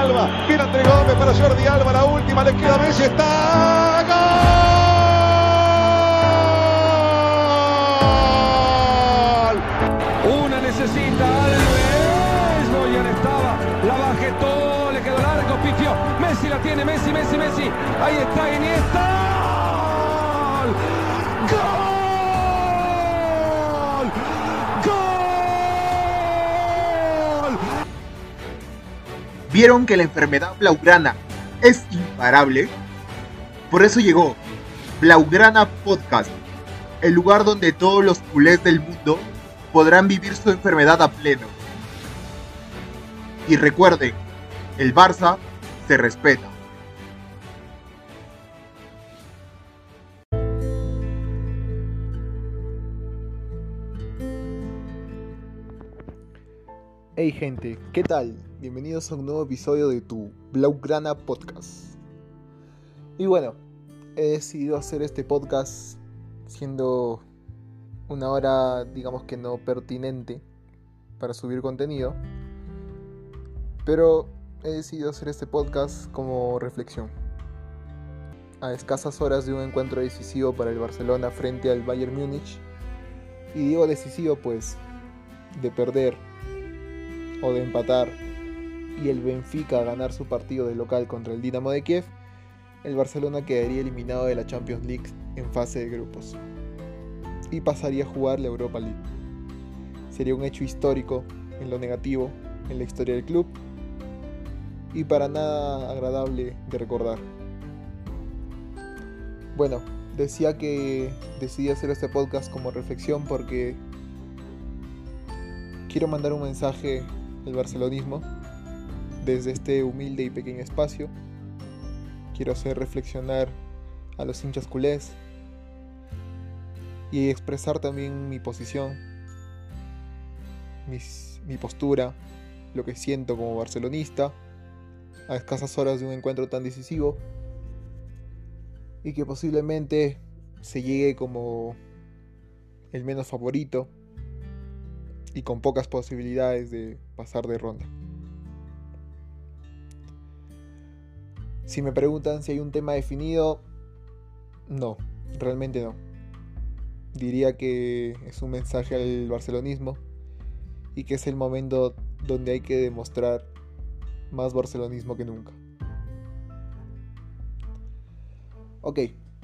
Alba, viene André Gómez para Jordi Alba, la última, le queda Messi, está ¡gol! Una necesita Alves, Boyan estaba, la bajetó, le quedó largo, pifió, Messi la tiene, Messi, ahí está Iniesta, ¡gol! ¿Vieron que la enfermedad blaugrana es imparable? Por eso llegó Blaugrana Podcast, el lugar donde todos los culés del mundo podrán vivir su enfermedad a pleno. Y recuerden, el Barça se respeta. Hey gente, ¿qué tal? Bienvenidos a un nuevo episodio de tu Blaugrana Podcast. Y bueno, he decidido hacer este podcast siendo una hora, digamos que no pertinente para subir contenido, pero he decidido hacer este podcast como reflexión. A escasas horas de un encuentro decisivo para el Barcelona frente al Bayern Múnich, y digo decisivo pues de perder o de empatar y el Benfica ganar su partido de local contra el Dinamo de Kiev, el Barcelona quedaría eliminado de la Champions League en fase de grupos y pasaría a jugar la Europa League. Sería un hecho histórico en lo negativo en la historia del club y para nada agradable de recordar. Bueno, decía que decidí hacer este podcast como reflexión porque quiero mandar un mensaje al barcelonismo desde este humilde y pequeño espacio. Quiero hacer reflexionar a los hinchas culés y expresar también mi posición, mi postura, lo que siento como barcelonista a escasas horas de un encuentro tan decisivo y que posiblemente se llegue como el menos favorito y con pocas posibilidades de pasar de ronda. Si me preguntan si hay un tema definido, no, realmente no. Diría que es un mensaje al barcelonismo y que es el momento donde hay que demostrar más barcelonismo que nunca. Ok.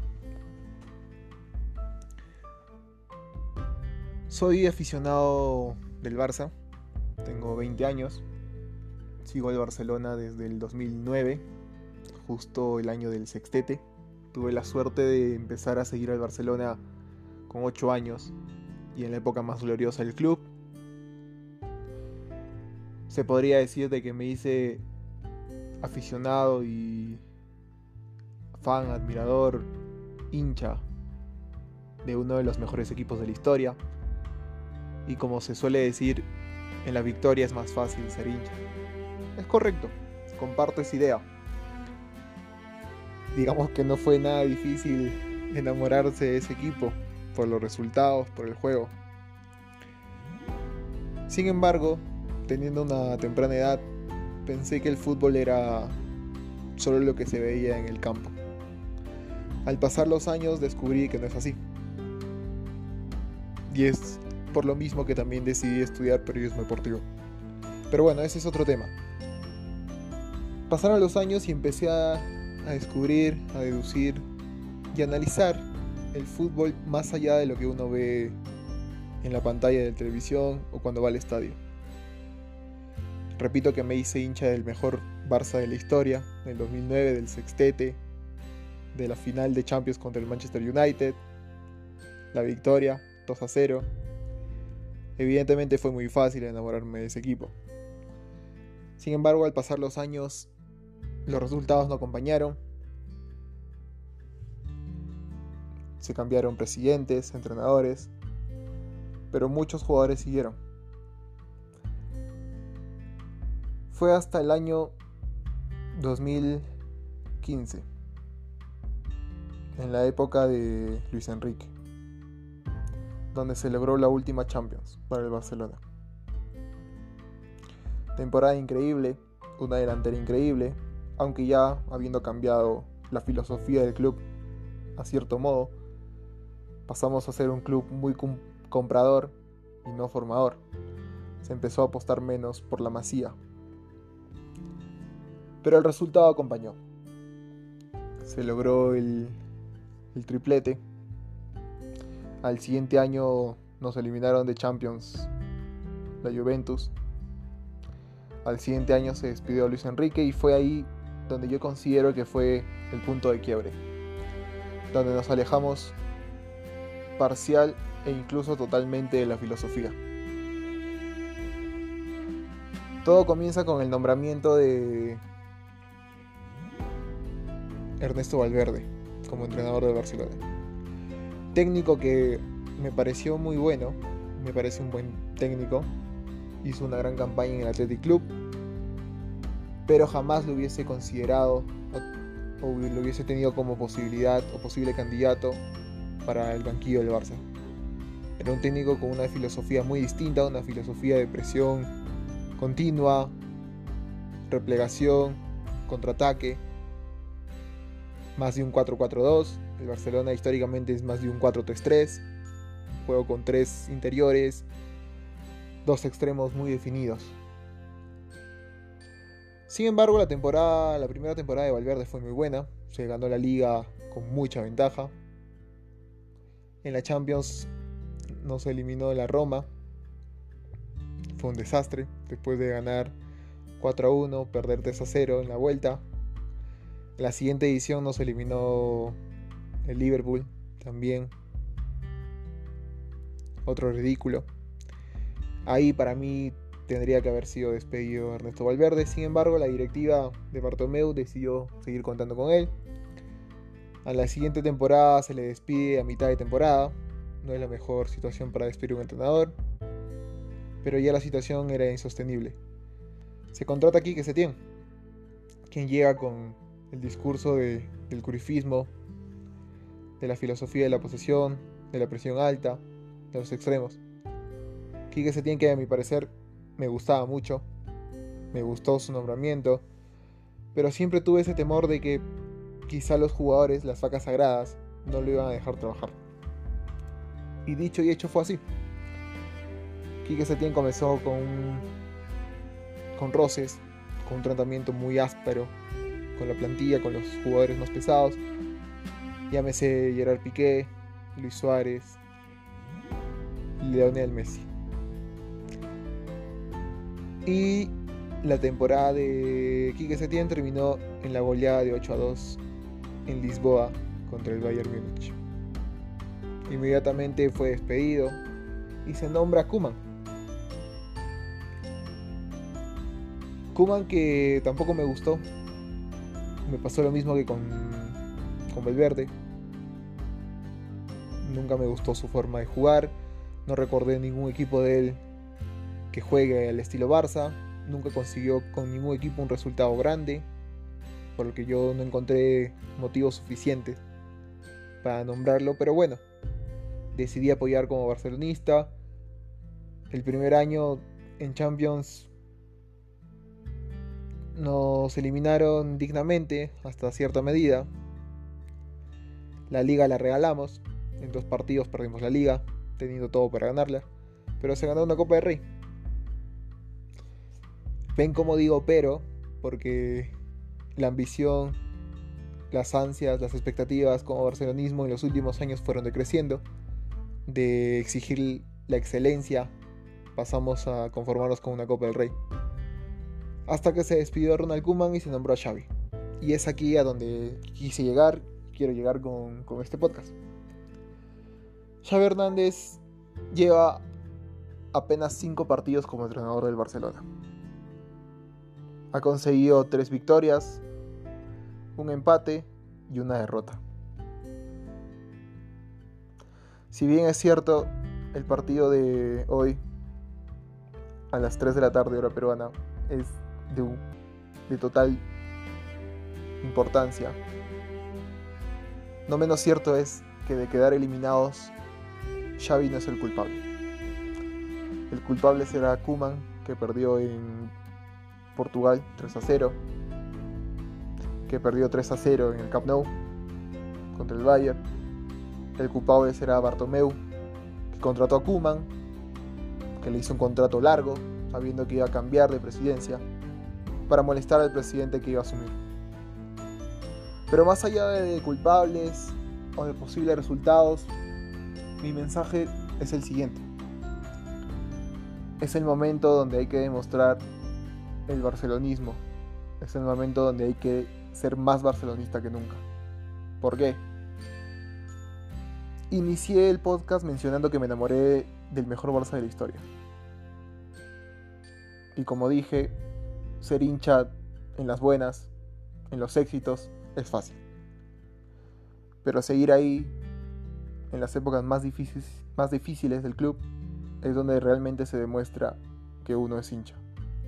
Soy aficionado del Barça, tengo 20 años, sigo al Barcelona desde el 2009, justo el año del sextete. Tuve la suerte de empezar a seguir al Barcelona con 8 años y en la época más gloriosa del club. Se podría decir de que me hice aficionado y fan, admirador, hincha de uno de los mejores equipos de la historia. Y como se suele decir, en la victoria es más fácil ser hincha. Es correcto, comparto esa idea. Digamos que no fue nada difícil enamorarse de ese equipo por los resultados, por el juego. Sin embargo, teniendo una temprana edad, pensé que el fútbol era solo lo que se veía en el campo. Al pasar los años descubrí que no es así. Y es por lo mismo que también decidí estudiar periodismo deportivo. Pero bueno, ese es otro tema. Pasaron los años y empecé a descubrir, a deducir y analizar el fútbol más allá de lo que uno ve en la pantalla de televisión o cuando va al estadio. Repito que me hice hincha del mejor Barça de la historia, del 2009, del sextete, de la final de Champions contra el Manchester United, la victoria 2-0. Evidentemente fue muy fácil enamorarme de ese equipo. Sin embargo, al pasar los años, los resultados no acompañaron. Se cambiaron presidentes, entrenadores, pero muchos jugadores siguieron. Fue hasta el año 2015, en la época de Luis Enrique, donde se logró la última Champions para el Barcelona. Temporada increíble, una delantera increíble, aunque ya habiendo cambiado la filosofía del club a cierto modo, pasamos a ser un club muy comprador y no formador. Se empezó a apostar menos por la masía, pero el resultado acompañó. Se logró el triplete. Al siguiente año nos eliminaron de Champions la Juventus. Al siguiente año se despidió Luis Enrique y fue ahí donde yo considero que fue el punto de quiebre, donde nos alejamos parcial e incluso totalmente de la filosofía. Todo comienza con el nombramiento de Ernesto Valverde como entrenador de Barcelona. Técnico que me pareció muy bueno, me parece un buen técnico, hizo una gran campaña en el Athletic Club, pero jamás lo hubiese considerado o lo hubiese tenido como posibilidad o posible candidato para el banquillo del Barça. Era un técnico con una filosofía muy distinta, una filosofía de presión continua, replegación, contraataque, más de un 4-4-2. El Barcelona históricamente es más de un 4-3-3, un juego con 3 interiores, 2 extremos muy definidos. Sin embargo, la primera temporada de Valverde fue muy buena, se ganó la Liga con mucha ventaja. En la Champions nos eliminó la Roma, fue un desastre, después de ganar 4-1, perder 3-0 en la vuelta. En la siguiente edición nos eliminó el Liverpool, también otro ridículo. Ahí para mí tendría que haber sido despedido Ernesto Valverde. Sin embargo, la directiva de Bartomeu decidió seguir contando con él. A la siguiente temporada se le despide a mitad de temporada. No es la mejor situación para despedir a un entrenador, pero ya la situación era insostenible. Se contrata a Quique Setién, quien llega con el discurso del cruyffismo, de la filosofía de la posesión, de la presión alta, de los extremos. Quique Setién, que a mi parecer me gustaba mucho, me gustó su nombramiento, pero siempre tuve ese temor de que quizá los jugadores, las vacas sagradas, no lo iban a dejar trabajar. Y dicho y hecho fue así. Quique Setién comenzó con roces, con un tratamiento muy áspero con la plantilla, con los jugadores más pesados. Llámese Gerard Piqué, Luis Suárez, Lionel Messi. Y la temporada de Quique Setién terminó en la goleada de 8-2 en Lisboa contra el Bayern Múnich. Inmediatamente fue despedido y se nombra a Koeman. Koeman, que tampoco me gustó. Me pasó lo mismo que con Valverde. Nunca me gustó su forma de jugar. No recordé ningún equipo de él que juegue al estilo Barça. Nunca consiguió con ningún equipo un resultado grande, por lo que yo no encontré motivos suficientes para nombrarlo. Pero bueno, decidí apoyar como barcelonista. El primer año en Champions nos eliminaron dignamente hasta cierta medida. La Liga la regalamos. En 2 partidos perdimos la Liga, teniendo todo para ganarla, pero se ganó una Copa del Rey. Ven como digo pero, porque la ambición, las ansias, las expectativas como barcelonismo en los últimos años fueron decreciendo. De exigir la excelencia pasamos a conformarnos con una Copa del Rey, hasta que se despidió a Ronald Koeman y se nombró a Xavi. Y es aquí a donde quiero llegar con este podcast. Xavi Hernández lleva apenas 5 partidos como entrenador del Barcelona. Ha conseguido 3 victorias, un empate y una derrota. Si bien es cierto, el partido de hoy a las 3 de la tarde hora peruana es de total importancia, no menos cierto es que de quedar eliminados, Xavi no es el culpable. El culpable será Koeman, que perdió en Portugal 3-0, que perdió 3-0 en el Camp Nou contra el Bayern. El culpable será Bartomeu, que contrató a Koeman, que le hizo un contrato largo, sabiendo que iba a cambiar de presidencia, para molestar al presidente que iba a asumir. Pero más allá de culpables o de posibles resultados, mi mensaje es el siguiente. Es el momento donde hay que demostrar el barcelonismo. Es el momento donde hay que ser más barcelonista que nunca. ¿Por qué? Inicié el podcast mencionando que me enamoré del mejor Barça de la historia. Y como dije, ser hincha en las buenas, en los éxitos, es fácil. Pero seguir ahí, en las épocas más difíciles del club, es donde realmente se demuestra que uno es hincha.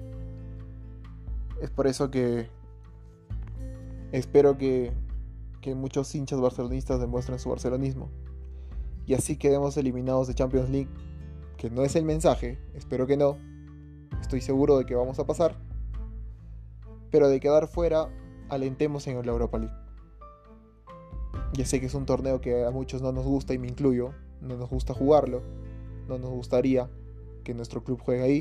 Es por eso que espero que muchos hinchas barcelonistas demuestren su barcelonismo. Y así quedemos eliminados de Champions League, que no es el mensaje, espero que no. Estoy seguro de que vamos a pasar. Pero de quedar fuera, alentemos en la Europa League. Ya sé que es un torneo que a muchos no nos gusta, y me incluyo. No nos gusta jugarlo. No nos gustaría que nuestro club juegue ahí.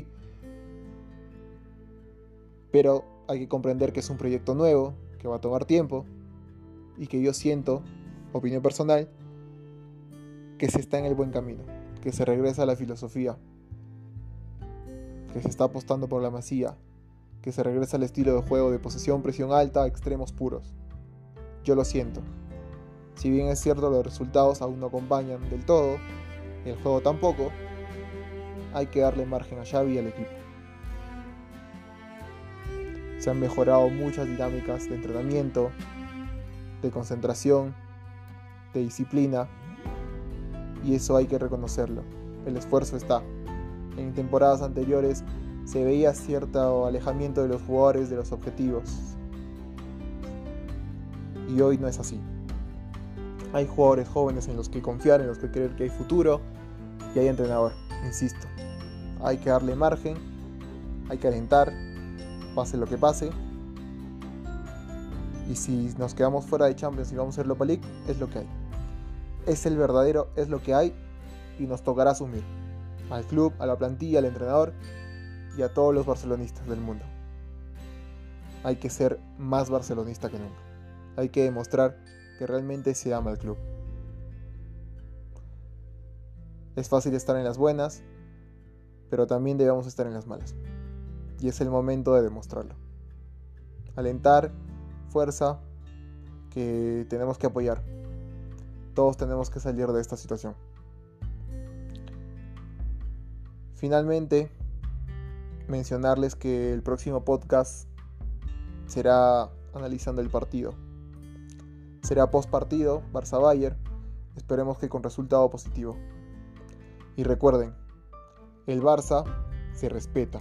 Pero hay que comprender que es un proyecto nuevo, que va a tomar tiempo, y que yo siento, opinión personal, que se está en el buen camino, que se regresa a la filosofía, que se está apostando por la masía, que se regresa al estilo de juego de posesión, presión alta, extremos puros. Yo lo siento. Si bien es cierto, los resultados aún no acompañan del todo, el juego tampoco, hay que darle margen a Xavi y al equipo. Se han mejorado muchas dinámicas de entrenamiento, de concentración, de disciplina, y eso hay que reconocerlo. El esfuerzo está. En temporadas anteriores se veía cierto alejamiento de los jugadores de los objetivos, y hoy no es así. Hay jugadores jóvenes en los que confiar, en los que creer que hay futuro, y hay entrenador, insisto. Hay que darle margen, hay que alentar, pase lo que pase. Y si nos quedamos fuera de Champions y vamos a Europa League, es lo que hay. Es el verdadero, es lo que hay, y nos tocará asumir. Al club, a la plantilla, al entrenador y a todos los barcelonistas del mundo. Hay que ser más barcelonista que nunca. Hay que demostrar que realmente se ama el club. Es fácil estar en las buenas, pero también debemos estar en las malas. Y es el momento de demostrarlo. Alentar, fuerza, que tenemos que apoyar. Todos tenemos que salir de esta situación. Finalmente, mencionarles que el próximo podcast será analizando el partido. Será post partido, Barça-Bayern, esperemos que con resultado positivo. Y recuerden, el Barça se respeta.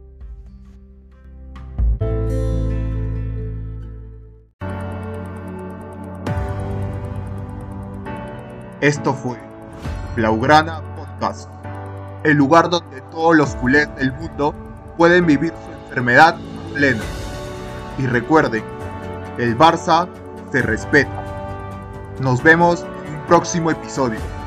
Esto fue Blaugrana Podcast, el lugar donde todos los culés del mundo pueden vivir su enfermedad plena. Y recuerden, el Barça se respeta. Nos vemos en un próximo episodio.